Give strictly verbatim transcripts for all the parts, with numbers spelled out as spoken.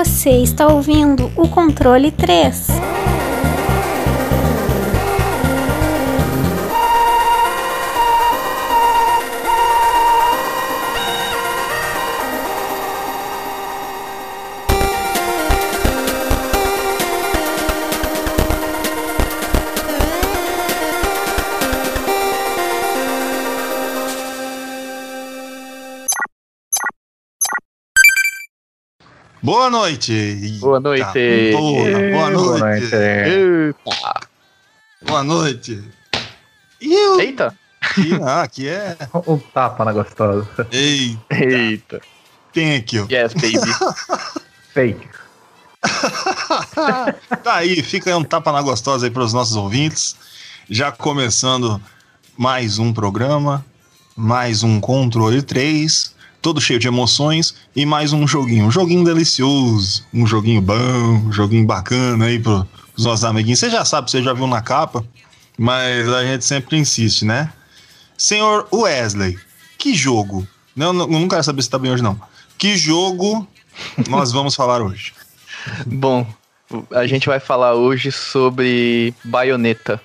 Você está ouvindo o Controle três. Boa noite. Boa noite. Eita, porra, boa noite. Boa noite. Eita. Boa noite. Eu... Eita. Aqui, ah, aqui é... Um tapa na gostosa. Eita. Eita. Quem é aqui, ó? Yes, baby. Fake. Tá aí, fica aí um tapa na gostosa aí para os nossos ouvintes. Já começando mais um programa, mais um Controle três... todo cheio de emoções, e mais um joguinho, um joguinho delicioso, um joguinho bom, um joguinho bacana aí pros nossos amiguinhos. Você já sabe, você já viu na capa, mas a gente sempre insiste, né? Senhor Wesley, que jogo? Não, não, não quero saber se tá bem hoje, não. Que jogo nós vamos falar hoje? Bom, a gente vai falar hoje sobre Bayonetta.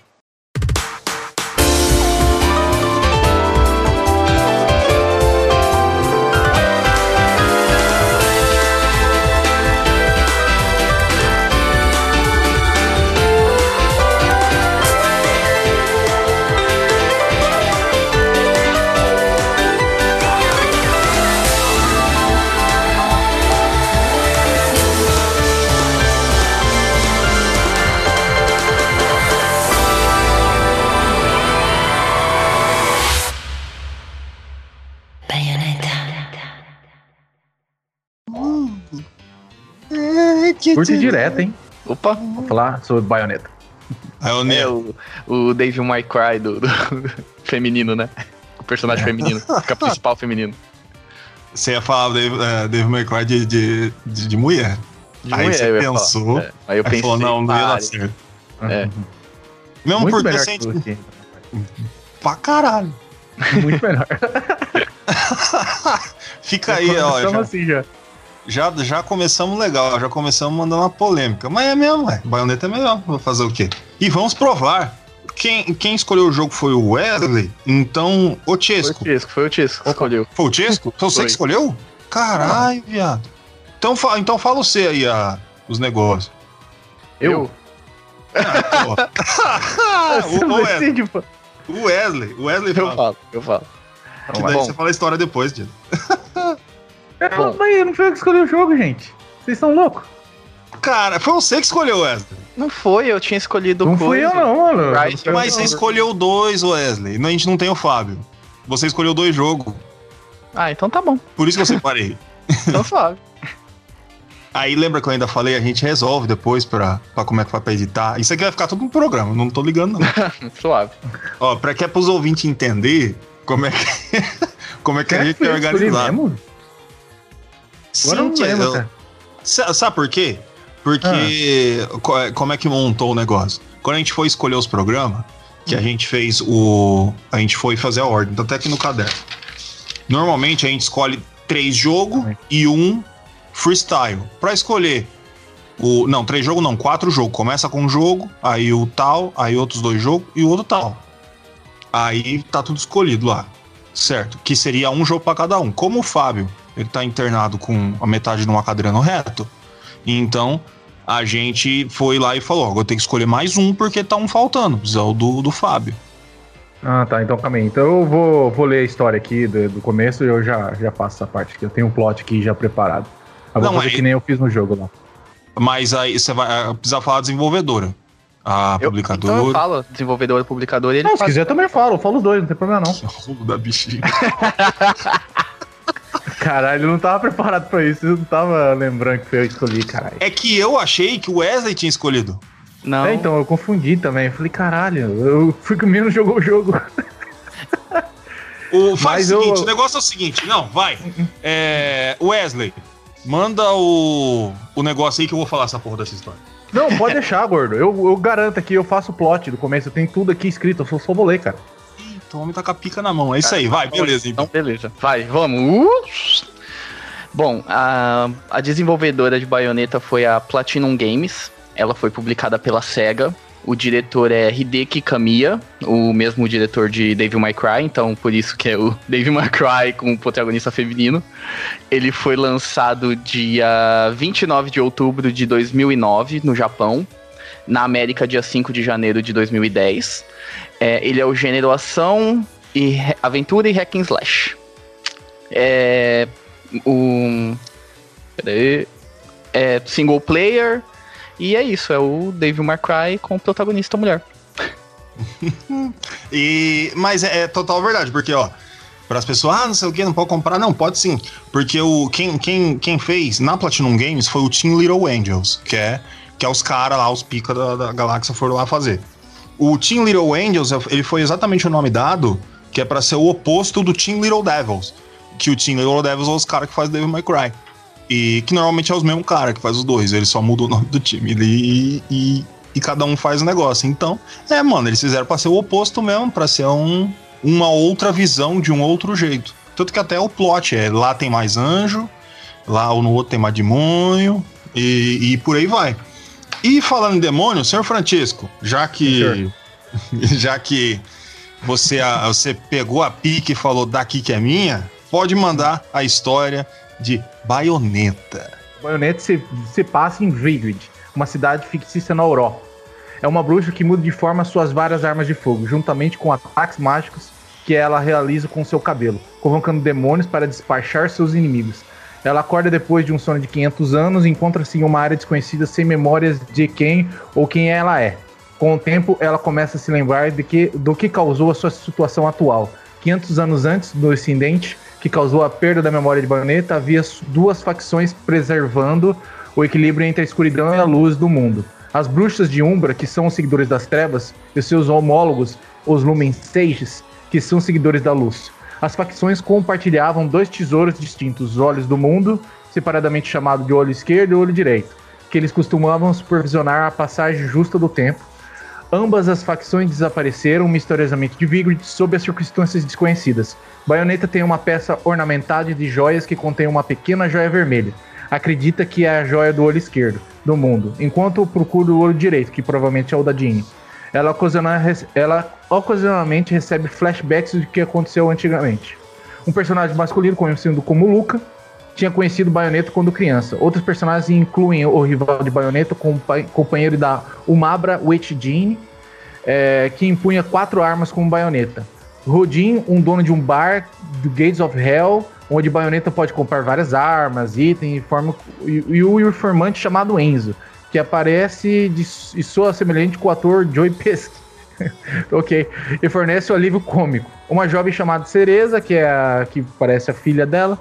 Curte direto, hein? Opa! Vou falar sobre Bayonetta. É o, É o, o Devil May Cry do, do feminino, né? O personagem feminino, o principal feminino. Você ia falar Dave, é, Devil May Cry de, de, de, de mulher. De aí mulher, você eu ia pensou, falar. É, aí eu aí pensei, falou, não, não ia dar pare. certo. É. Mesmo Muito porque melhor você... que você. Pra caralho. Muito melhor. Fica aí, ó. Estamos Já, assim já. já, já começamos legal, já começamos mandando uma polêmica. Mas é mesmo, ué. Bayonetta é melhor. Vou fazer o quê? E vamos provar. Quem, quem escolheu o jogo foi o Wesley. Então, o Foi o Chesco. Tisco, foi o Tisco que escolheu. Foi o Chesco? Foi você Foi. que escolheu? Caralho, viado. Então, fa- então fala você aí a, os negócios. Eu? Ah, Você o, não o Wesley. decide, pô. O Wesley. O Wesley Eu fala. falo, eu falo. Que daí Bom. você fala a história depois, Diego. É, Bom. Mas não foi eu que escolhi o jogo, gente. Vocês são loucos? Cara, foi você que escolheu, Wesley. Não foi, eu tinha escolhido Não fui coisa. eu, não, mano. Rise Eu- Mas você escolheu dois, Wesley. A gente não tem o Fábio. Você escolheu dois jogos. Ah, então tá bom. Por isso que eu separei. Então suave. Aí lembra que eu ainda falei, a gente resolve depois pra, pra como é que vai pra editar. Isso aqui vai ficar tudo no programa, não tô ligando não. Suave. Ó, pra que é pros ouvintes entender como é que, como é que a gente Foi é eu que escolhi organizado. mesmo? Agora eu não Sim, lembro, eu- cara. Sa- Sabe por quê? Porque co- é- como é que montou o negócio? Quando a gente foi escolher os programas, que a gente fez o... A gente foi fazer a ordem, tá até aqui no caderno. Normalmente a gente escolhe três jogos e um freestyle. Pra escolher o... Não, três jogos não, quatro jogos. Começa com um jogo, aí o tal, aí outros dois jogos e o outro tal. Aí tá tudo escolhido lá, certo? Que seria um jogo pra cada um. Como o Fábio, ele tá internado com a metade de uma cadeira no reto, então a gente foi lá e falou, ó, vou ter que escolher mais um porque tá um faltando, é o do, do Fábio. Ah, tá. Então calma aí. Então eu vou, vou ler a história aqui do, do começo e eu já, já faço essa parte aqui. Eu tenho um plot aqui já preparado. Eu vou Não, fazer é- que nem eu fiz no jogo lá. Mas aí você vai ah, precisar falar da desenvolvedora. A Eu, publicadora. então eu falo, desenvolvedor e publicador, e ele Não, se faz. quiser eu também falo. Eu falo os dois, não tem problema não. Roubo da bexiga. Caralho, eu não tava preparado pra isso. Eu não tava lembrando que foi eu que escolhi, caralho. É que eu achei que o Wesley tinha escolhido. Não, É, então, eu confundi também. Eu falei, caralho, eu fui que o menino jogou o jogo. O, faz Mas o seguinte, eu- o negócio é o seguinte, não, vai. É, Wesley, manda o, o negócio aí que eu vou falar essa porra dessa história. Não, pode deixar, gordo. Eu, eu garanto aqui, eu faço o plot do começo. Eu tenho tudo aqui escrito, eu só, só vou ler, cara. Então o homem tá com a pica na mão, é isso aí, vai, beleza então. então beleza. Vai, vamos. Uh! Bom, a, a desenvolvedora de Bayonetta foi a Platinum Games. Ela foi publicada pela SEGA. O diretor é Hideki Kamiya, o mesmo diretor de Devil May Cry, então por isso que é o Devil May Cry com o protagonista feminino. Ele foi lançado dia vinte e nove de outubro de dois mil e nove no Japão. Na América, dia cinco de janeiro de dois mil e dez. É, ele é o gênero ação, e aventura e hack and slash. É... Um, peraí, é single player e é isso, é o Devil May Cry com o protagonista mulher. e, mas é, é total verdade, porque ó, para as pessoas, ah, não sei o que, não pode comprar, não, pode sim, porque o, quem, quem, quem fez na Platinum Games foi o Team Little Angels, que é, que é os caras lá, os pica da, da galáxia foram lá fazer. O Team Little Angels, ele foi exatamente o nome dado, que é para ser o oposto do Team Little Devils. Que o Team Little Devils é os caras que fazem Devil May Cry. E que normalmente é os mesmos caras que faz os dois. Eles só mudam o nome do time. E, e, e cada um faz o negócio. Então, é, mano, eles fizeram pra ser o oposto mesmo. Pra ser um, uma outra visão de um outro jeito. Tanto que até o plot é, lá tem mais anjo. Lá no outro tem mais demônio. E, e por aí vai. E falando em demônio, senhor Francisco, já que... já que você, a, você pegou a pique e falou daqui que é minha... Pode mandar a história de Bayonetta. Bayonetta se, se passa em Vigrid, uma cidade fictícia na Europa. É uma bruxa que muda de forma suas várias armas de fogo, juntamente com ataques mágicos que ela realiza com seu cabelo, convocando demônios para despachar seus inimigos. Ela acorda depois de um sono de quinhentos anos e encontra-se em uma área desconhecida sem memórias de quem ou quem ela é. Com o tempo, ela começa a se lembrar de que, do que causou a sua situação atual. quinhentos anos antes do incidente que causou a perda da memória de Bayonetta, havia duas facções preservando o equilíbrio entre a escuridão e a luz do mundo. As bruxas de Umbra, que são os seguidores das trevas, e seus homólogos, os Lumen Sages, que são seguidores da luz. As facções compartilhavam dois tesouros distintos, os olhos do mundo, separadamente chamado de olho esquerdo e olho direito, que eles costumavam supervisionar a passagem justa do tempo. Ambas as facções desapareceram misteriosamente de Vigrid sob as circunstâncias desconhecidas. Bayonetta tem uma peça ornamentada de joias que contém uma pequena joia vermelha. Acredita que é a joia do olho esquerdo do mundo, enquanto procura o olho direito, que provavelmente é o da Jeanne. Ela, ocasiona, ela ocasionalmente recebe flashbacks do que aconteceu antigamente. Um personagem masculino, conhecido como Luca, tinha conhecido Bayonetta quando criança. Outros personagens incluem o rival de Bayonetta, companheiro da Umabra Witch Jeanne, é, que impunha quatro armas como Bayonetta. Rodin, um dono de um bar do Gates of Hell, onde Bayonetta pode comprar várias armas, itens, e, forma, e, e o informante chamado Enzo, que aparece de, e soa semelhante com o ator Joey Pesci. Ok. E fornece o alívio cômico. Uma jovem chamada Cereza, que, é a, que parece a filha dela.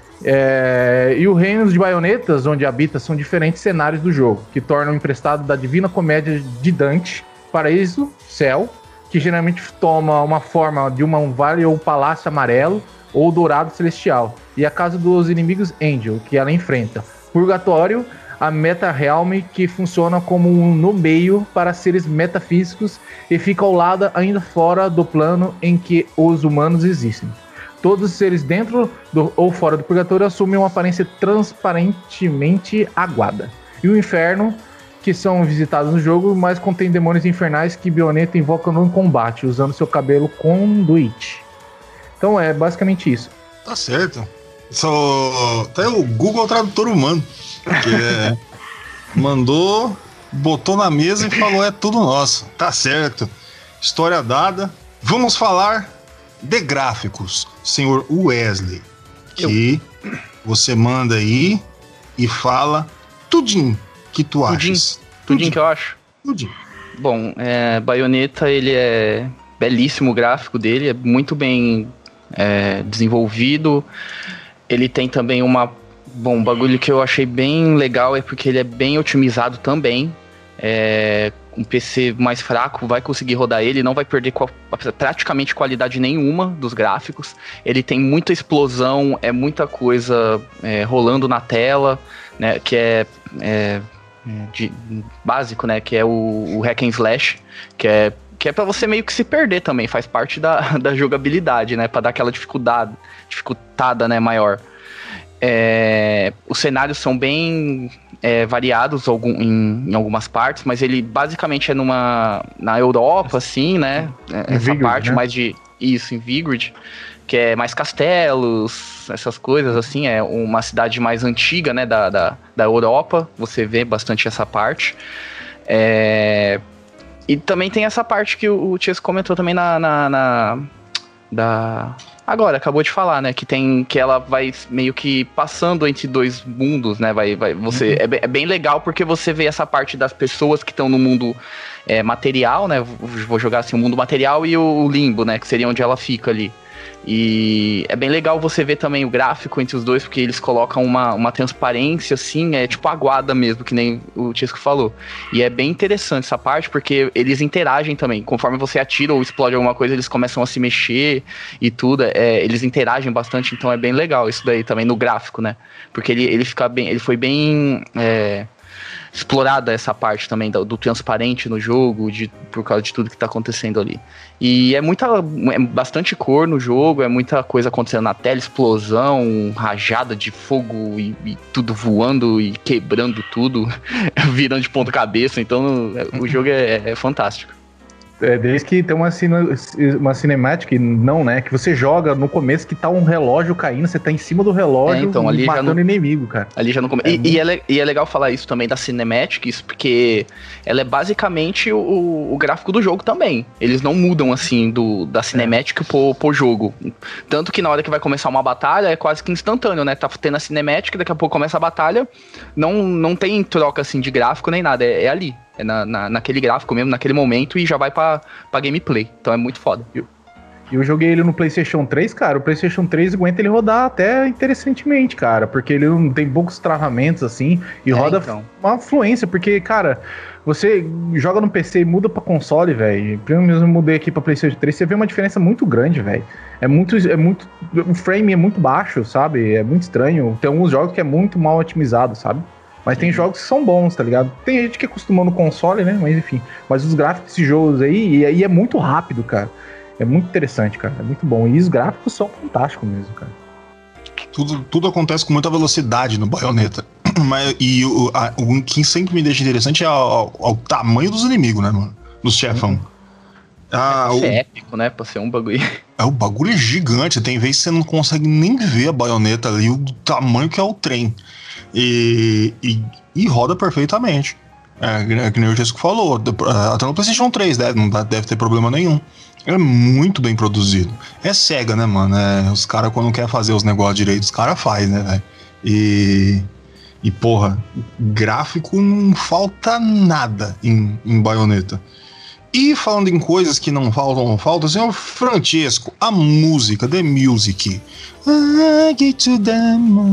É, e o reino de Baionetas, onde habita, são diferentes cenários do jogo, que tornam emprestado da Divina Comédia de Dante, Paraíso, Céu, que geralmente toma uma forma de uma, um vale ou um palácio amarelo ou dourado celestial, e a casa dos inimigos Angel, que ela enfrenta. Purgatório, a Meta Realm, que funciona como um no meio para seres metafísicos e fica ao lado ainda fora do plano em que os humanos existem. Todos os seres dentro do, ou fora do purgatório assumem uma aparência transparentemente aguada. E o inferno, que são visitados no jogo, mas contém demônios infernais que Bayonetta invoca no combate, usando seu cabelo conduite. Então é basicamente isso. Tá certo. Só até o Google Tradutor humano. Que é, mandou, botou na mesa e falou: é tudo nosso. Tá certo. História dada. Vamos falar de gráficos, senhor Wesley, que eu. Você manda aí e fala tudinho que tu tudinho. achas. Tudinho, tudinho que eu acho. Tudinho. Bom, é, Bayonetta, ele é belíssimo, o gráfico dele é muito bem é, desenvolvido. Ele tem também uma... Bom, um bagulho que eu achei bem legal é porque ele é bem otimizado também. É, um P C mais fraco vai conseguir rodar ele, não vai perder qual, praticamente qualidade nenhuma dos gráficos. Ele tem muita explosão, é muita coisa é, rolando na tela, né, que é, é de, básico, né, que é o, o hack and slash, que é, que é pra você meio que se perder também, faz parte da, da jogabilidade, né, pra dar aquela dificuldade, dificultada, né, maior. É, os cenários são bem é, variados algum, em, em algumas partes, mas ele basicamente é numa na Europa, assim, né? Essa Vigrid, parte né? mais de... Isso, em Vigrid, que é mais castelos, essas coisas, assim. É uma cidade mais antiga, né? Da, da, da Europa. Você vê bastante essa parte. É, e também tem essa parte que o, o Chesco comentou também na... na, na da... Agora, acabou de falar, né? Que tem que ela vai meio que passando entre dois mundos, né? Vai, vai, você, uhum. é, é bem legal porque você vê essa parte das pessoas que estão no mundo é, material, né? Vou jogar assim, o mundo material e o limbo, né? Que seria onde ela fica ali. E é bem legal você ver também o gráfico entre os dois, porque eles colocam uma, uma transparência, assim, é tipo aguada mesmo, que nem o Chesco falou. E é bem interessante essa parte, porque eles interagem também. Conforme você atira ou explode alguma coisa, eles começam a se mexer e tudo. É, eles interagem bastante, então é bem legal isso daí também no gráfico, né? Porque ele, ele fica bem. Ele foi bem. É, explorada essa parte também do, do transparente no jogo, de, por causa de tudo que tá acontecendo ali. E é muita, é bastante cor no jogo, é muita coisa acontecendo na tela, explosão, rajada de fogo e, e tudo voando e quebrando tudo, virando de ponta cabeça, então o jogo é, é fantástico. É, desde que tem uma, cine, uma cinemática, não, né? Que você joga no começo que tá um relógio caindo, você tá em cima do relógio é, então, ali matando não, inimigo, cara. Ali já não come... é, e, muito... e, é, e é legal falar isso também da cinematics, porque ela é basicamente o, o gráfico do jogo também. Eles não mudam, assim, do, da cinematic é. pro, pro jogo. Tanto que na hora que vai começar uma batalha, é quase que instantâneo, né? Tá tendo a cinematic, daqui a pouco começa a batalha, não, não tem troca, assim, de gráfico nem nada, é, é ali. É na, na, naquele gráfico mesmo, naquele momento, e já vai pra, pra gameplay. Então é muito foda. Eu, eu joguei ele no PlayStation três, cara. O PlayStation três aguenta ele rodar até interessantemente, cara. Porque ele não tem poucos travamentos, assim. E é, roda então. Uma fluência. Porque, cara, você joga no P C e muda pra console, velho. Eu mesmo mudei aqui pra PlayStation três. Você vê uma diferença muito grande, velho. É muito, é muito... O frame é muito baixo, sabe? É muito estranho. Tem alguns jogos que é muito mal otimizado, sabe? Mas tem jogos que são bons, tá ligado? Tem gente que acostumou no console, né? Mas enfim. Mas os gráficos desses jogos aí, e aí é muito rápido, cara. É muito interessante, cara. É muito bom. E os gráficos são fantásticos mesmo, cara. Tudo, tudo acontece com muita velocidade no Bayonetta. Mas, e o, a, o que sempre me deixa interessante é o, o, o tamanho dos inimigos, né, mano? Dos chefão. Uhum. Ah, é, pra ser o, épico, né? Pra ser um bagulho. É, o bagulho é gigante. Tem vezes que você não consegue nem ver a baioneta ali, o tamanho que é o trem. E, e, e roda perfeitamente. É, é que nem o Chesco falou. Até no PlayStation três, né? Não deve ter problema nenhum. É muito bem produzido. É cega, né, mano? É, os caras, quando quer fazer os negócios direito, os caras fazem, né, velho? E. E, porra, gráfico não falta nada em, em Bayonetta. E falando em coisas que não faltam, não faltam, senhor Francesco, a música, the music. I get to the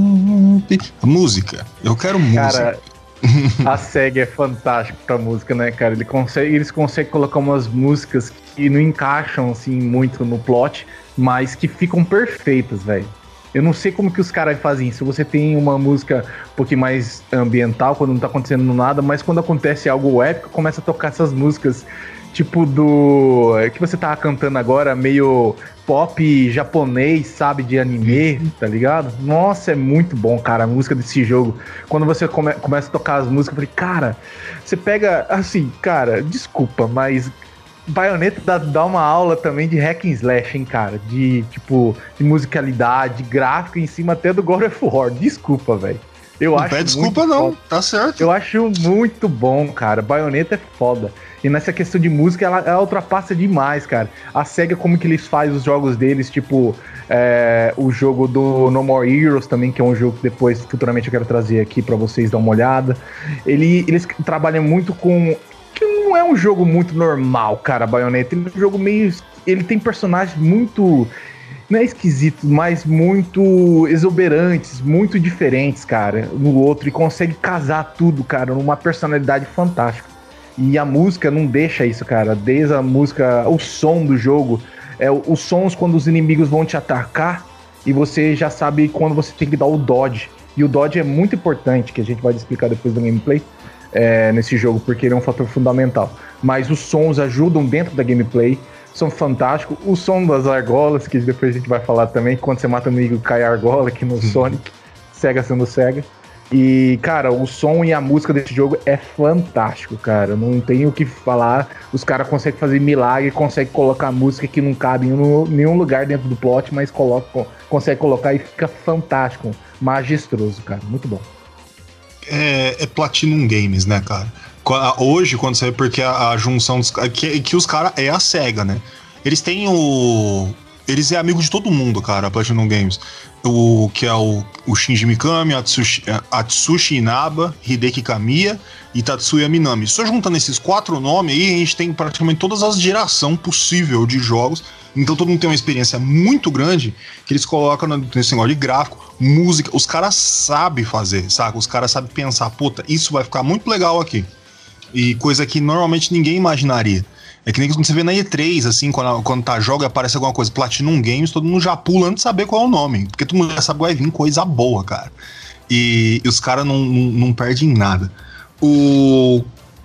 a música. Eu quero música. Cara, a SEGA é fantástica pra música, né, cara? Ele consegue, eles conseguem colocar umas músicas que não encaixam, assim, muito no plot, mas que ficam perfeitas, velho. Eu não sei como que os caras fazem isso. Você tem uma música um pouquinho mais ambiental, quando não tá acontecendo nada, mas quando acontece algo épico, começa a tocar essas músicas tipo do... que você tava cantando agora, meio pop japonês, sabe, de anime, tá ligado? Nossa, é muito bom, cara, a música desse jogo. Quando você come- começa a tocar as músicas, eu falei, cara, você pega, assim, cara, desculpa, mas Bayonetta dá, dá uma aula também de hack and slash, hein, cara, de, tipo, de musicalidade, gráfico, em cima até do God of War, desculpa, velho. Eu não acho pede desculpa não, foda. Tá certo. Eu acho muito bom, cara. Bayonetta é foda. E nessa questão de música, ela, ela ultrapassa demais, cara. A SEGA, como que eles fazem os jogos deles, tipo, é, o jogo do No More Heroes também, que é um jogo que depois, futuramente, eu quero trazer aqui pra vocês dar uma olhada. Ele, eles trabalham muito com... que não é um jogo muito normal, cara, Bayonetta. Ele é um jogo meio... Ele tem personagens muito... não é esquisito, mas muito exuberantes, muito diferentes, cara, no outro, e consegue casar tudo, cara, numa personalidade fantástica. E a música não deixa isso, cara, desde a música, o som do jogo, é, os sons quando os inimigos vão te atacar, e você já sabe quando você tem que dar o dodge, e o dodge é muito importante, que a gente vai explicar depois do gameplay, é, nesse jogo, porque ele é um fator fundamental. Mas os sons ajudam dentro da gameplay, são fantásticos. O som das argolas, que depois a gente vai falar também, que quando você mata o inimigo cai a argola aqui no Sonic. Sega sendo Sega. E, cara, o som e a música desse jogo é fantástico, cara. Não tenho o que falar. Os caras conseguem fazer milagre, conseguem colocar música que não cabe em nenhum lugar dentro do plot, mas coloca, consegue colocar e fica fantástico. Majestoso, cara. Muito bom. É, é Platinum Games, né, cara? Hoje, quando você vê, porque a, a junção dos que, que os caras é a SEGA, né? Eles têm o... Eles é amigo de todo mundo, cara, a Platinum Games. O que é o, o Shinji Mikami, Atsushi, Atsushi Inaba, Hideki Kamiya e Tatsuya Minami. Só juntando esses quatro nomes aí, a gente tem praticamente todas as gerações possível de jogos. Então todo mundo tem uma experiência muito grande que eles colocam nesse negócio de gráfico, música. Os caras sabem fazer, sabe? Os caras sabem pensar, puta, isso vai ficar muito legal aqui. E coisa que normalmente ninguém imaginaria. É que nem quando você vê na E três, assim, quando, quando tá jogo e aparece alguma coisa, Platinum Games, todo mundo já pula antes de saber qual é o nome. Porque todo mundo já sabe que vai vir coisa boa, cara. E, e os caras não, não, não perdem nada. O...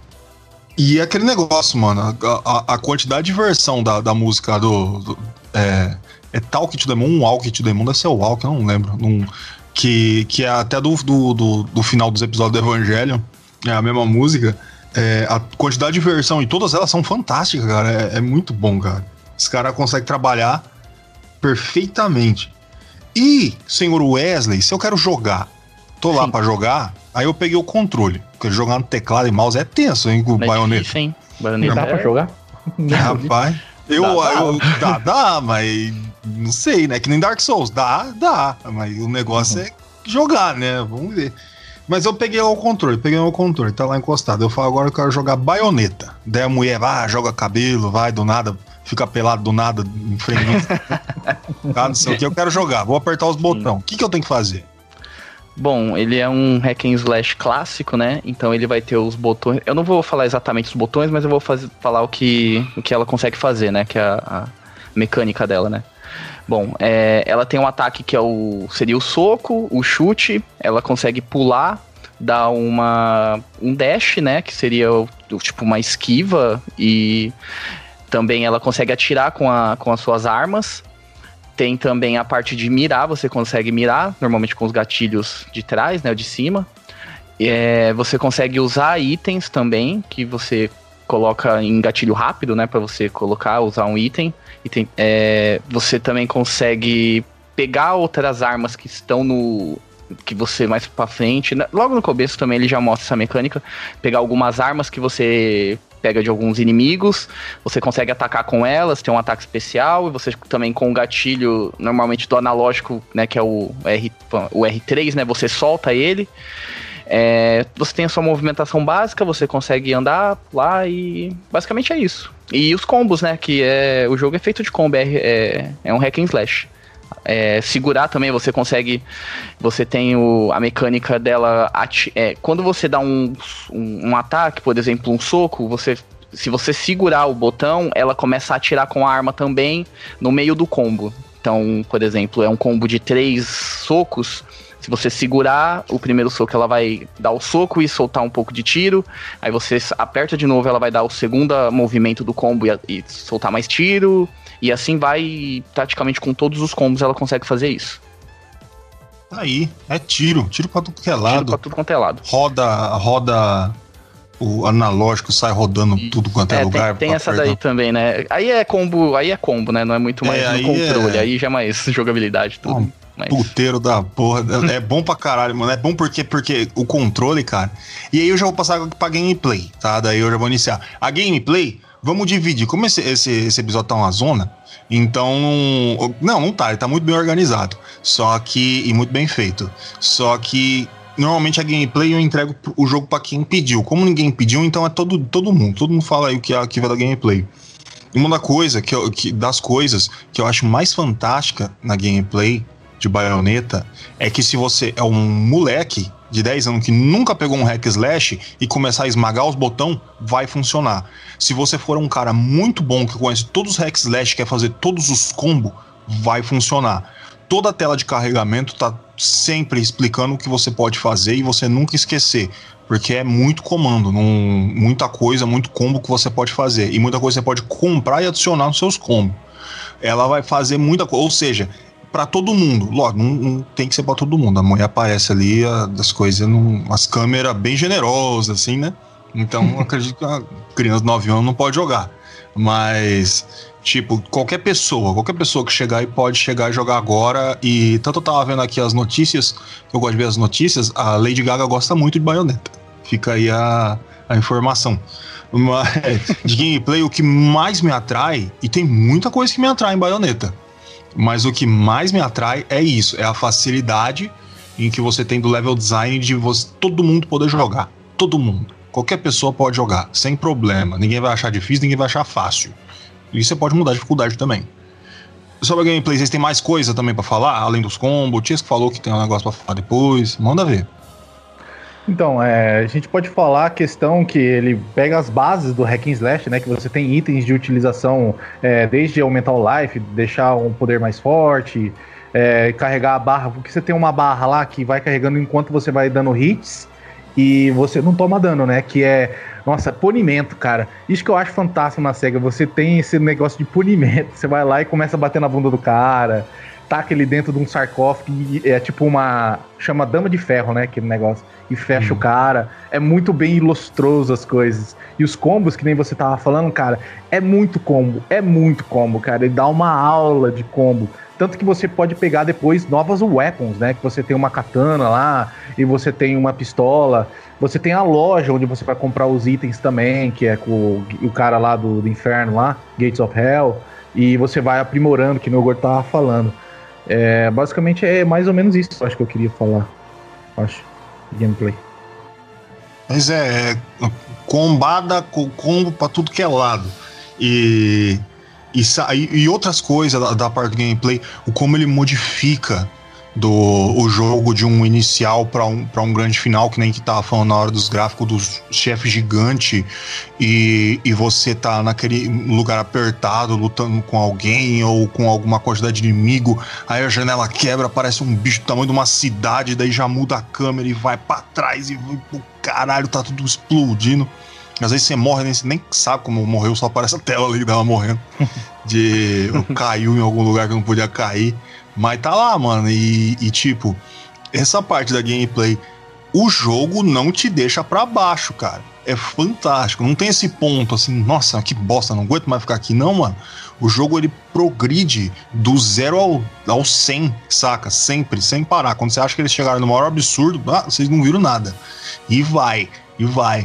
E é aquele negócio, mano, a, a, a quantidade de versão da, da música do... do é, é Talk to the Moon, Walk to the Moon, deve ser o Walk, eu não lembro. Não, que, que é até do, do, do, do final dos episódios do Evangelion, é a mesma música. É, a quantidade de versão e todas elas são fantásticas, cara. É, é muito bom, cara. Esse cara consegue trabalhar perfeitamente. E, senhor Wesley, se eu quero jogar, tô lá Sim. pra jogar, aí eu peguei o controle. Porque jogar no teclado e mouse é tenso, hein, com o Bayonetta. Sim, Bayonetta. Dá pra jogar? Rapaz, eu, dá, eu, dá, dá, mas não sei, né? Que nem Dark Souls. Dá, dá. Mas o negócio uhum. é jogar, né? Vamos ver. Mas eu peguei lá o controle, peguei o controle, tá lá encostado. Eu falo, agora eu quero jogar Bayonetta. Daí a mulher vai, joga cabelo, vai do nada, fica pelado do nada, em frente. Ah, não sei o que, eu quero jogar, vou apertar os botões. O que, que eu tenho que fazer? Bom, ele é um hack and slash clássico, né? Então ele vai ter os botões. Eu não vou falar exatamente os botões, mas eu vou fazer, falar o que, o que ela consegue fazer, né? Que é a, a mecânica dela, né? Bom, é, ela tem um ataque que é o, seria o soco, o chute, ela consegue pular, dar uma, um dash, né, que seria o, tipo uma esquiva, e também ela consegue atirar com, a, com as suas armas. Tem também a parte de mirar, você consegue mirar, normalmente com os gatilhos de trás, né, de cima. É, você consegue usar itens também, que você coloca em gatilho rápido, né, para você colocar, usar um item. E tem, é, você também consegue pegar outras armas que estão no... que você mais pra frente... Logo no começo também ele já mostra essa mecânica. Pegar algumas armas que você pega de alguns inimigos. Você consegue atacar com elas, tem um ataque especial. E você também com o gatilho, normalmente do analógico, né, que é o, R, o R três, né, você solta ele. É, você tem a sua movimentação básica, você consegue andar lá e basicamente é isso. E os combos, né, que é, o jogo é feito de combo, é, é, é um hack and slash. É, segurar também, você consegue, você tem o, a mecânica dela, ati, é, quando você dá um, um, um ataque, por exemplo, um soco, você, se você segurar o botão, ela começa a atirar com a arma também no meio do combo. Então, por exemplo, é um combo de três socos. Se você segurar o primeiro soco, ela vai dar o soco e soltar um pouco de tiro. Aí você aperta de novo, ela vai dar o segundo movimento do combo e, e soltar mais tiro. E assim vai, praticamente com todos os combos ela consegue fazer isso. Aí, é tiro. Tiro pra tudo que é lado. Tiro pra tudo quanto é lado. Roda, roda o analógico, sai rodando e, tudo quanto é, é lugar. Tem, tem essa daí também, né? Aí é combo, aí é combo, né? Não é muito mais é, no controle. É... Aí já é mais jogabilidade tudo. Bom, mas... Puteiro da porra. É bom pra caralho, mano. É bom porque, porque o controle, cara. E aí eu já vou passar pra gameplay, tá? Daí eu já vou iniciar. A gameplay, vamos dividir. Como esse, esse, esse episódio tá uma zona, então. Não, não tá. Ele tá muito bem organizado. Só que. E muito bem feito. Só que. Normalmente a gameplay eu entrego o jogo pra quem pediu. Como ninguém pediu, então é todo, todo mundo. Todo mundo fala aí o que é que vai da gameplay. Uma da coisa que, eu, que das coisas que eu acho mais fantástica na gameplay de Bayonetta é que se você é um moleque de dez anos que nunca pegou um hack slash e começar a esmagar os botões, vai funcionar. Se você for um cara muito bom que conhece todos os hack slash, quer fazer todos os combos, vai funcionar. Toda a tela de carregamento tá sempre explicando o que você pode fazer e você nunca esquecer, porque é muito comando, num, muita coisa, muito combo que você pode fazer e muita coisa você pode comprar e adicionar nos seus combos. Ela vai fazer muita coisa, ou seja, pra todo mundo. Logo, não, não tem que ser pra todo mundo. A mulher aparece ali, a, as coisas, num, as câmeras bem generosas, assim, né? Então, eu acredito que a criança de nove anos não pode jogar. Mas, tipo, qualquer pessoa, qualquer pessoa que chegar aí pode chegar e jogar agora. E tanto eu tava vendo aqui as notícias, que eu gosto de ver as notícias, a Lady Gaga gosta muito de Bayonetta. Fica aí a, a informação. Mas, de gameplay, o que mais me atrai, e tem muita coisa que me atrai em Bayonetta, mas o que mais me atrai é isso, é a facilidade em que você tem do level design de você, todo mundo poder jogar. Todo mundo. Qualquer pessoa pode jogar, sem problema. Ninguém vai achar difícil, ninguém vai achar fácil. E você pode mudar a dificuldade também. Sobre a gameplay, vocês têm mais coisa também pra falar? Além dos combos, o Tiesco falou que tem um negócio pra falar depois. Manda ver. Então, é, a gente pode falar a questão que ele pega as bases do hack and slash, né? Que você tem itens de utilização, é, desde aumentar o life, deixar um poder mais forte, é, carregar a barra, porque você tem uma barra lá que vai carregando enquanto você vai dando hits e você não toma dano, né? Que é, nossa, punimento, cara. Isso que eu acho fantástico na SEGA. Você tem esse negócio de punimento. Você vai lá e começa a bater na bunda do cara, taca ele dentro de um sarcófago e é tipo uma... chama dama de ferro, né? Aquele negócio. E fecha hum. o cara. É muito bem ilustroso as coisas. E os combos, que nem você tava falando, cara, é muito combo. É muito combo, cara. Ele dá uma aula de combo. Tanto que você pode pegar depois novas weapons, né? Que você tem uma katana lá, e você tem uma pistola. Você tem a loja onde você vai comprar os itens também, que é com o, o cara lá do, do inferno lá, Gates of Hell. E você vai aprimorando, que o meu gordo tava falando. É, basicamente é mais ou menos isso, eu acho que eu queria falar. Acho. Gameplay. Mas é, é combada com combo pra tudo que é lado. E... E, e outras coisas da, da parte do gameplay, o como ele modifica do, o jogo de um inicial para um, pra um grande final, que nem que tava falando na hora dos gráficos dos chefes gigantes, e, e você tá naquele lugar apertado, lutando com alguém ou com alguma quantidade de inimigo, aí a janela quebra, parece um bicho do tamanho de uma cidade, daí já muda a câmera e vai para trás e vai pro caralho, tá tudo explodindo. Às vezes você morre, nem, você nem sabe como morreu, só aparece a tela ali dela morrendo. De caiu em algum lugar que não podia cair. Mas tá lá, mano. E, e tipo, essa parte da gameplay, o jogo não te deixa pra baixo, cara. É fantástico. Não tem esse ponto assim, nossa, que bosta, não aguento mais ficar aqui. Não, mano. O jogo ele progride do zero ao, ao cem, saca? Sempre, sem parar. Quando você acha que eles chegaram no maior absurdo, ah, vocês não viram nada. E vai, e vai.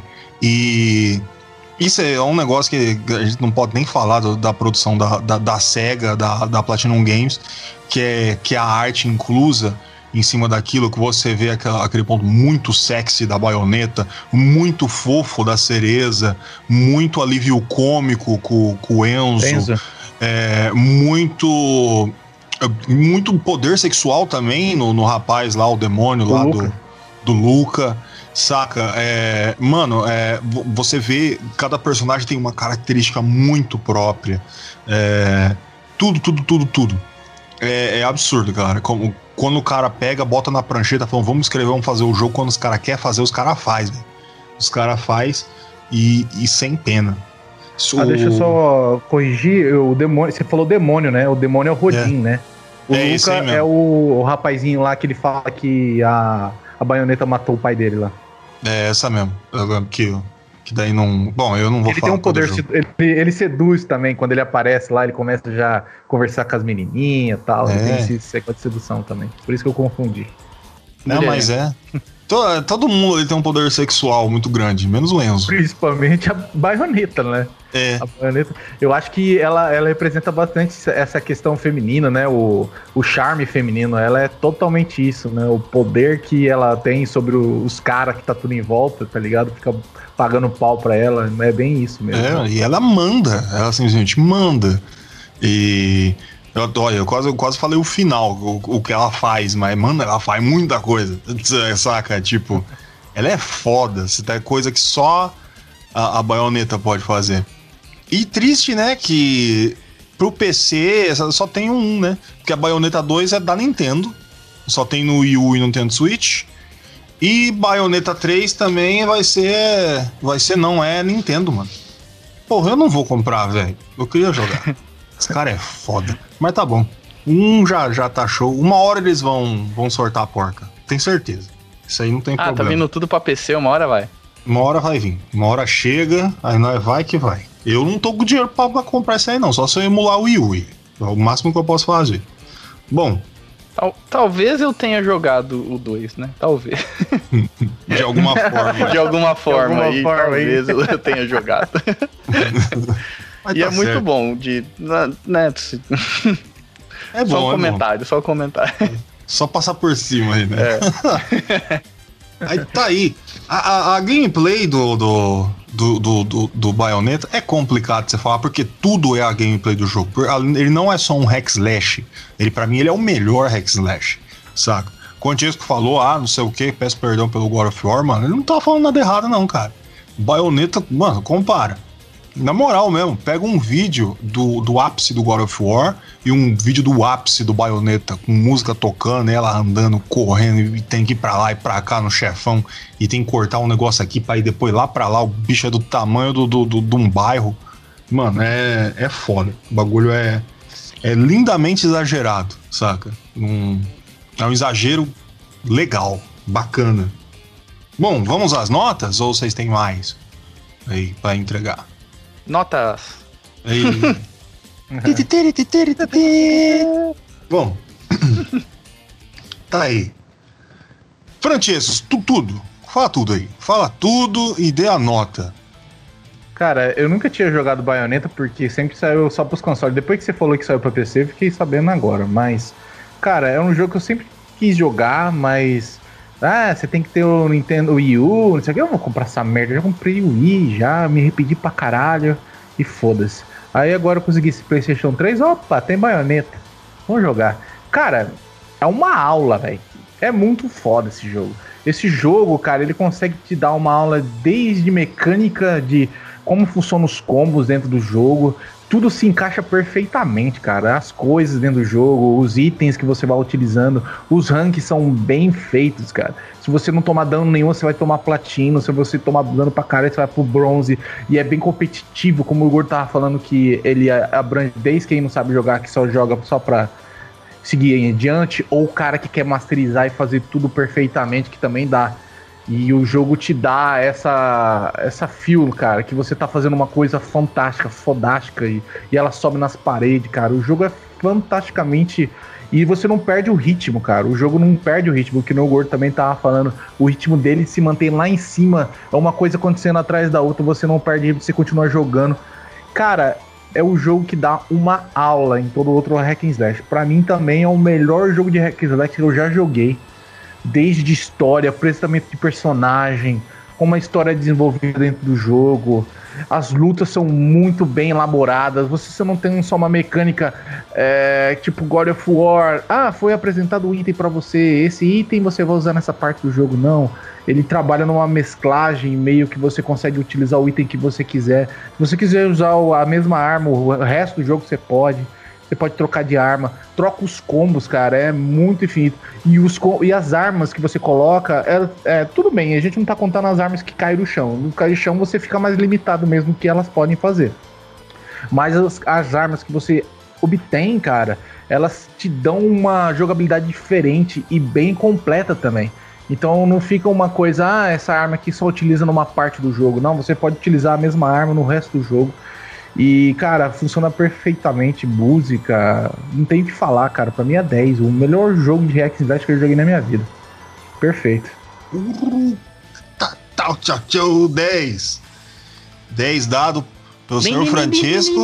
E isso é um negócio que a gente não pode nem falar do, da produção da, da, da SEGA, da, da Platinum Games, que é, que é a arte inclusa em cima daquilo, que você vê aquela, aquele ponto muito sexy da Bayonetta, muito fofo da Cereza, muito alívio cômico com, com o Enzo, Enzo. É, muito, muito poder sexual também no, no rapaz lá, o demônio o lá Luca. do, do Luca. Saca? É, mano, é, você vê, cada personagem tem uma característica muito própria. É, tudo, tudo, tudo, tudo. É, é absurdo, cara. Como, quando o cara pega, bota na prancheta, falando, vamos escrever, vamos fazer o jogo. Quando os caras querem fazer, os caras fazem, velho. Os caras fazem e, e sem pena. So... Ah, deixa eu só corrigir. O demônio, você falou demônio, né? O demônio é o Rodin, é. né? O é Luca é o, o rapazinho lá que ele fala que a, a Bayonetta matou o pai dele lá. É essa mesmo, que, que daí não... Bom, eu não vou ele falar. Ele tem um poder, ele, ele seduz também, quando ele aparece lá, ele começa já a conversar com as menininhas e tal, é. Tem esse sequência de sedução também, por isso que eu confundi. Não, Mulher. mas é... Todo, todo mundo ele tem um poder sexual muito grande, menos o Enzo. Principalmente a Bayonetta, né? É. A Bayonetta, eu acho que ela, ela representa bastante essa questão feminina, né? O, o charme feminino, ela é totalmente isso, né? O poder que ela tem sobre o, os caras que tá tudo em volta, tá ligado? Fica pagando pau pra ela, é bem isso mesmo. É, e ela manda, ela simplesmente manda. E... Eu, olha, eu quase, eu quase falei o final, o, o que ela faz, mas, mano, ela faz muita coisa, saca? Tipo, ela é foda, você tá coisa que só a, a Bayonetta pode fazer. E triste, né, que pro P C só tem um, né? Porque a Bayonetta dois é da Nintendo, só tem no Wii U e no Nintendo Switch. E Bayonetta três também vai ser, vai ser não é Nintendo, mano. Porra, eu não vou comprar, velho. Eu queria jogar. Esse cara é foda. Mas tá bom. Um já, já tá show. Uma hora eles vão, vão sortar a porca. Tem certeza. Isso aí não tem ah, problema. Ah, tá vindo tudo pra P C, uma hora vai. Uma hora vai vir. Uma hora chega, aí nós vai que vai. Eu não tô com dinheiro pra, pra comprar isso aí não. Só se eu emular o Wii U. É o máximo que eu posso fazer. Bom... Tal, talvez eu tenha jogado o dois, né? Talvez. De alguma forma. De alguma forma, De alguma aí, forma talvez eu, eu tenha jogado. Mas e tá é muito certo. bom, de... Né, É bom, só um é comentário, bom. só um comentário. Só passar por cima aí, né? É. Aí tá aí. A, a, a gameplay do, do, do, do, do, do Bayonetta é complicado de você falar, porque tudo é a gameplay do jogo. Ele não é só um hack slash. Ele, pra mim, ele é o melhor hack slash, saca? Quando o Tiesco falou, ah, não sei o que, peço perdão pelo God of War, mano, ele não tá falando nada errado não, cara. Bayonetta, mano, compara. Na moral mesmo, pega um vídeo do, do ápice do God of War e um vídeo do ápice do Bayonetta, com música tocando, ela andando, correndo, e tem que ir pra lá e pra cá no chefão, e tem que cortar um negócio aqui pra ir depois lá pra lá, o bicho é do tamanho do, do, do, de um bairro. Mano, é, é foda. O bagulho é, é lindamente exagerado, saca? Um, é um exagero legal, bacana. Bom, vamos às notas ou vocês têm mais aí pra entregar? Notas. Aí. Bom, tá aí. Francesco, tu, tudo. Fala tudo aí. Fala tudo e dê a nota. Cara, eu nunca tinha jogado Bayonetta porque sempre saiu só pros consoles. Depois que você falou que saiu pra P C, eu fiquei sabendo agora. Mas, cara, é um jogo que eu sempre quis jogar, mas... Ah, você tem que ter o Nintendo Wii U, não sei o que, eu vou comprar essa merda. Eu já comprei o Wii, já me arrependi pra caralho e foda-se. Aí agora eu consegui esse PlayStation três, opa, tem Bayonetta. Vamos jogar. Cara, é uma aula, velho. É muito foda esse jogo. Esse jogo, cara, ele consegue te dar uma aula desde mecânica de como funcionam os combos dentro do jogo. Tudo se encaixa perfeitamente, cara. As coisas dentro do jogo, os itens que você vai utilizando, os ranks são bem feitos, cara. Se você não tomar dano nenhum, você vai tomar platino. Se você tomar dano pra caralho, você vai pro bronze. E é bem competitivo, como o Gordo tava falando, que ele abrange desde quem não sabe jogar, que só joga só pra seguir em adiante, ou o cara que quer masterizar e fazer tudo perfeitamente, que também dá. E o jogo te dá essa, essa feel, cara, que você tá fazendo uma coisa fantástica, fodástica, e, e ela sobe nas paredes, cara. O jogo é fantasticamente... E você não perde o ritmo, cara. O jogo não perde o ritmo, que o Gordo também tava falando. O ritmo dele se mantém lá em cima. É uma coisa acontecendo atrás da outra, você não perde ritmo, você continua jogando. Cara, é o jogo que dá uma aula em todo outro hack and slash. Pra mim também é o melhor jogo de hack and slash que eu já joguei. Desde história, processamento de personagem, como a história é desenvolvida dentro do jogo. As lutas são muito bem elaboradas. Você, você não tem só uma mecânica é, tipo God of War. Ah, foi apresentado um item pra você. Esse item você vai usar nessa parte do jogo. Não. Ele trabalha numa mesclagem, meio que você consegue utilizar o item que você quiser. Se você quiser usar a mesma arma, o resto do jogo você pode. Você pode trocar de arma, troca os combos, cara, é muito infinito. E, os, e as armas que você coloca, é, é, tudo bem, a gente não tá contando as armas que caem no chão. No cair no chão você fica mais limitado mesmo que elas podem fazer. Mas as, as armas que você obtém, cara, elas te dão uma jogabilidade diferente e bem completa também. Então não fica uma coisa, ah, essa arma aqui só utiliza numa parte do jogo. Não, você pode utilizar a mesma arma no resto do jogo. E, cara, funciona perfeitamente, música, não tem o que falar, cara, pra mim é dez, o melhor jogo de hack and slash que eu joguei na minha vida. Perfeito. Uh, tá, tá, tchau, tchau, dez. dez dado pelo senhor Francesco.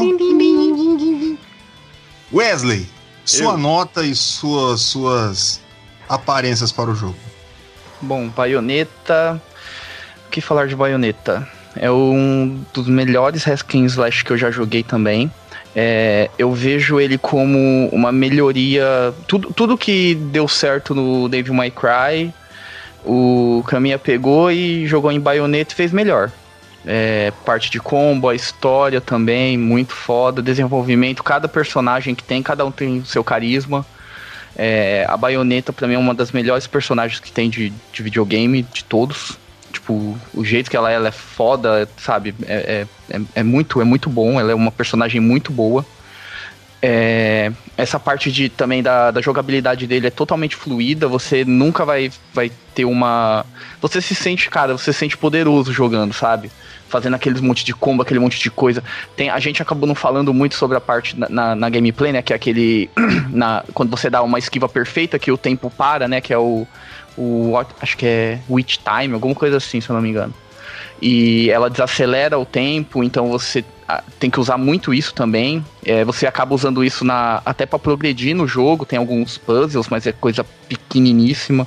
Wesley, sua Eu. nota e suas, suas aparências para o jogo. Bom, Bayonetta... O que falar de Bayonetta? É um dos melhores hack and slash que eu já joguei também. É, eu vejo ele como uma melhoria... Tudo, tudo que deu certo no Devil May Cry, o Kamiya pegou e jogou em Bayonetta e fez melhor. É, parte de combo, a história também, muito foda. Desenvolvimento, cada personagem que tem, cada um tem o seu carisma. É, a Bayonetta, pra mim, é uma das melhores personagens que tem de, de videogame, de todos. Tipo, o jeito que ela é, ela é foda, sabe? É, é, é, é, muito, é muito bom, ela é uma personagem muito boa. É, essa parte de, também da, da jogabilidade dele é totalmente fluida, você nunca vai, vai ter uma... Você se sente, cara, você se sente poderoso jogando, sabe? Fazendo aqueles monte de combo, aquele monte de coisa. Tem, a gente acabou não falando muito sobre a parte na, na, na gameplay, né? Que é aquele... na, quando você dá uma esquiva perfeita, que o tempo para, né? Que é o... o acho que é Witch Time, alguma coisa assim, se eu não me engano. E ela desacelera o tempo, então você tem que usar muito isso também. É, você acaba usando isso na, até pra progredir no jogo. Tem alguns puzzles, mas é coisa pequeniníssima.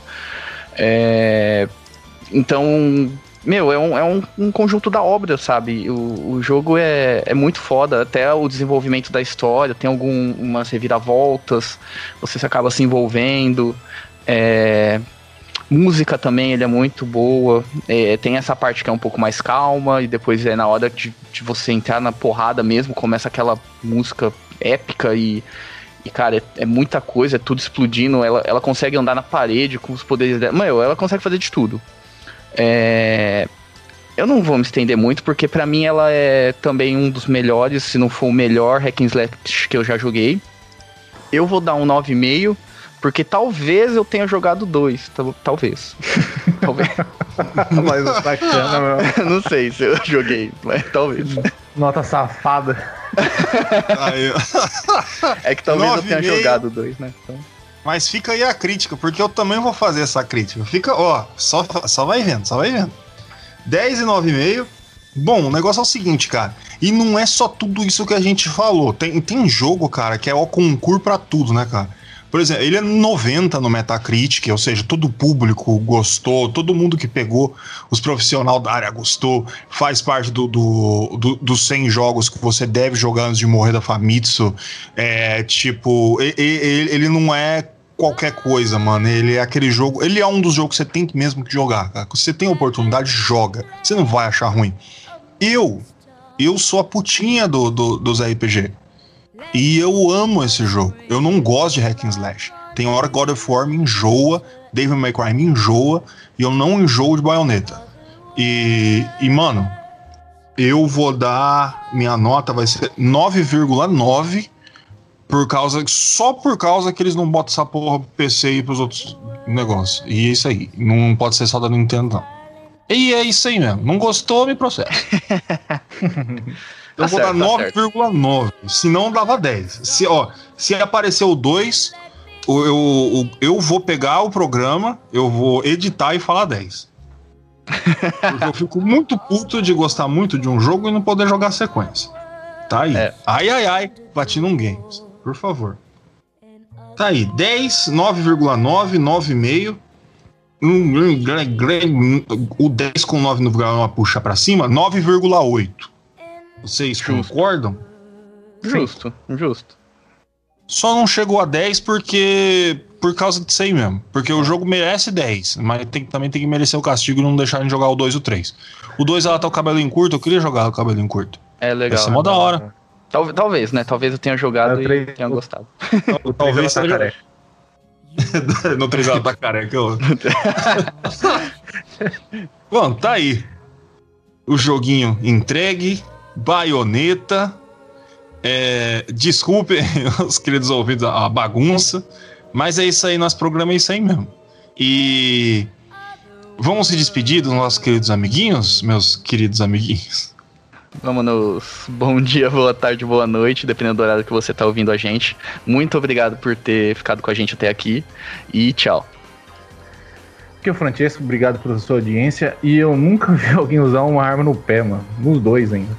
É, então, meu, é, um, é um, um conjunto da obra, sabe? O, o jogo é, é muito foda. Até o desenvolvimento da história, tem algumas reviravoltas, você acaba se envolvendo. É... Música também, ele é muito boa. É, tem essa parte que é um pouco mais calma, e depois é na hora de, de você entrar na porrada mesmo, começa aquela música épica e, e cara, é, é muita coisa, é tudo explodindo. Ela, ela consegue andar na parede com os poderes dela. Mano, ela consegue fazer de tudo. É... Eu não vou me estender muito, porque pra mim ela é também um dos melhores, se não for o melhor hack and slash que eu já joguei. Eu vou dar um nove vírgula cinco. Porque talvez eu tenha jogado dois. Talvez. Talvez. Mas bacana, meu. Não sei se eu joguei, mas talvez. Nota safada. Aí, é que talvez eu tenha meio, jogado dois, né? Então... Mas fica aí a crítica, porque eu também vou fazer essa crítica. Fica, ó, só, só vai vendo, só vai vendo. dez e nove vírgula cinco. Bom, o negócio é o seguinte, cara. E não é só tudo isso que a gente falou. Tem, tem jogo, cara, que é o concurso pra tudo, né, cara? Por exemplo, ele é noventa no Metacritic, ou seja, todo o público gostou, todo mundo que pegou, os profissionais da área gostou, faz parte do, do, do, dos cem jogos que você deve jogar antes de morrer da Famitsu. É, tipo, ele, ele não é qualquer coisa, mano. Ele é aquele jogo, ele é um dos jogos que você tem que mesmo que jogar, cara. Se você tem a oportunidade, joga. Você não vai achar ruim. Eu, eu sou a putinha do, do, dos R P G. E eu amo esse jogo. Eu não gosto de hack and slash. Tem hora que God of War me enjoa, Devil May Cry me enjoa, e eu não enjoo de Bayonetta. E, e mano, eu vou dar... Minha nota vai ser nove vírgula nove, por causa, só por causa que eles não botam essa porra pro P C e pros outros negócios. E é isso aí. Não pode ser só da Nintendo, não. E é isso aí mesmo. Não gostou, me processa. Eu Tá vou certo, dar nove vírgula nove, tá, se não dava dez. Se, ó, se aparecer o dois, eu, eu, eu vou pegar o programa, eu vou editar e falar dez. Porque eu fico muito puto de gostar muito de um jogo e não poder jogar sequência. Tá aí. É. Ai, ai, ai, Platinum Games, por favor. Tá aí, dez, nove vírgula nove, nove vírgula cinco. O dez com nove vírgula nove puxa pra cima, nove vírgula oito. Vocês justo. Concordam? Justo, justo. Só não chegou a dez porque... Por causa disso aí mesmo. Porque o jogo merece dez, mas tem, também tem que merecer o castigo e não deixar de jogar o dois e o três. O dois ela tá o cabelinho curto, eu queria jogar o cabelinho curto. É legal. Vai ser mó da hora. Tal, talvez, né? Talvez eu tenha jogado é, e três, tenha gostado. O talvez seja careca. No três ela tá careca. Bom, tá aí. O joguinho entregue. Bayonetta. É, desculpem os queridos ouvintes a bagunça, mas é isso aí, nosso programa é isso aí mesmo. E vamos se despedir dos nossos queridos amiguinhos, meus queridos amiguinhos. Vamos nos bom dia, boa tarde, boa noite, dependendo do horário que você tá ouvindo a gente. Muito obrigado por ter ficado com a gente até aqui e tchau. Aqui é o Francesco, obrigado pela sua audiência. E eu nunca vi alguém usar uma arma no pé, mano, nos dois ainda.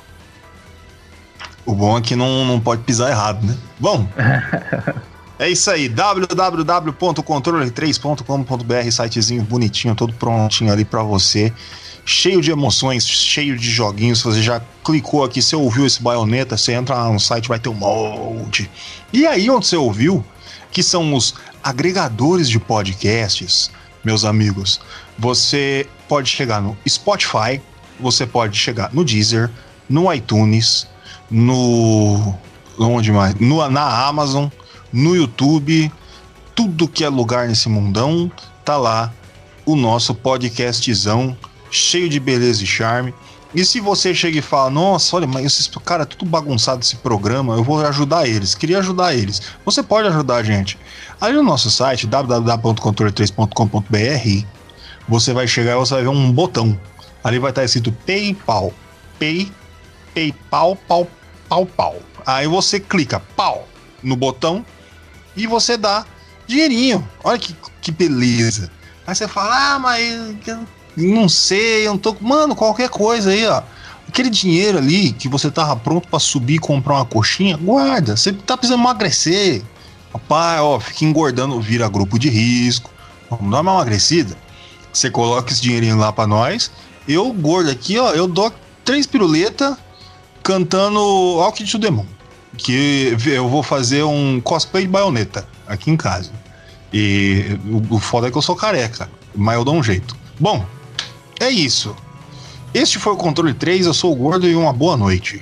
O bom é que não, não pode pisar errado, né? Bom, é isso aí. w w w ponto controle três ponto com ponto b r, sitezinho bonitinho, todo prontinho ali pra você. Cheio de emoções, cheio de joguinhos. Você já clicou aqui, você ouviu esse Bayonetta, você entra lá no site, vai ter um monte. E aí onde você ouviu, que são os agregadores de podcasts, meus amigos, você pode chegar no Spotify, você pode chegar no Deezer, no iTunes... No. Onde mais? No, na Amazon, no YouTube, tudo que é lugar nesse mundão, tá lá o nosso podcastzão, cheio de beleza e charme. E se você chega e fala, nossa, olha, mas esses cara, é tudo bagunçado esse programa, eu vou ajudar eles, queria ajudar eles. Você pode ajudar a gente. Ali no nosso site, w w w ponto controle três ponto com ponto b r, você vai chegar e você vai ver um botão. Ali vai estar escrito PayPal. Pay, PayPal, pau, pau, pau. Aí você clica, pau, no botão e você dá dinheirinho. Olha que, que beleza. Aí você fala, ah, mas... não sei, eu não tô... Mano, qualquer coisa aí, ó. Aquele dinheiro ali que você tava pronto pra subir e comprar uma coxinha, guarda. Você tá precisando emagrecer. Papai, ó, fica engordando, vira grupo de risco. Vamos dar uma emagrecida. Você coloca esse dinheirinho lá pra nós. Eu, gordo aqui, ó, eu dou três piruletas cantando Walk to the Moon. Que eu vou fazer um cosplay de baioneta aqui em casa. E o, o foda é que eu sou careca, mas eu dou um jeito. Bom, é isso. Este foi o Controle três, eu sou o Gordo e uma boa noite.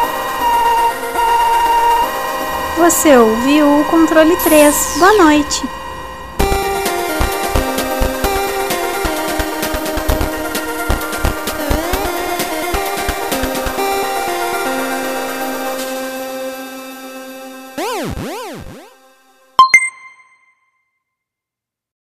Você ouviu o Controle três. Boa noite.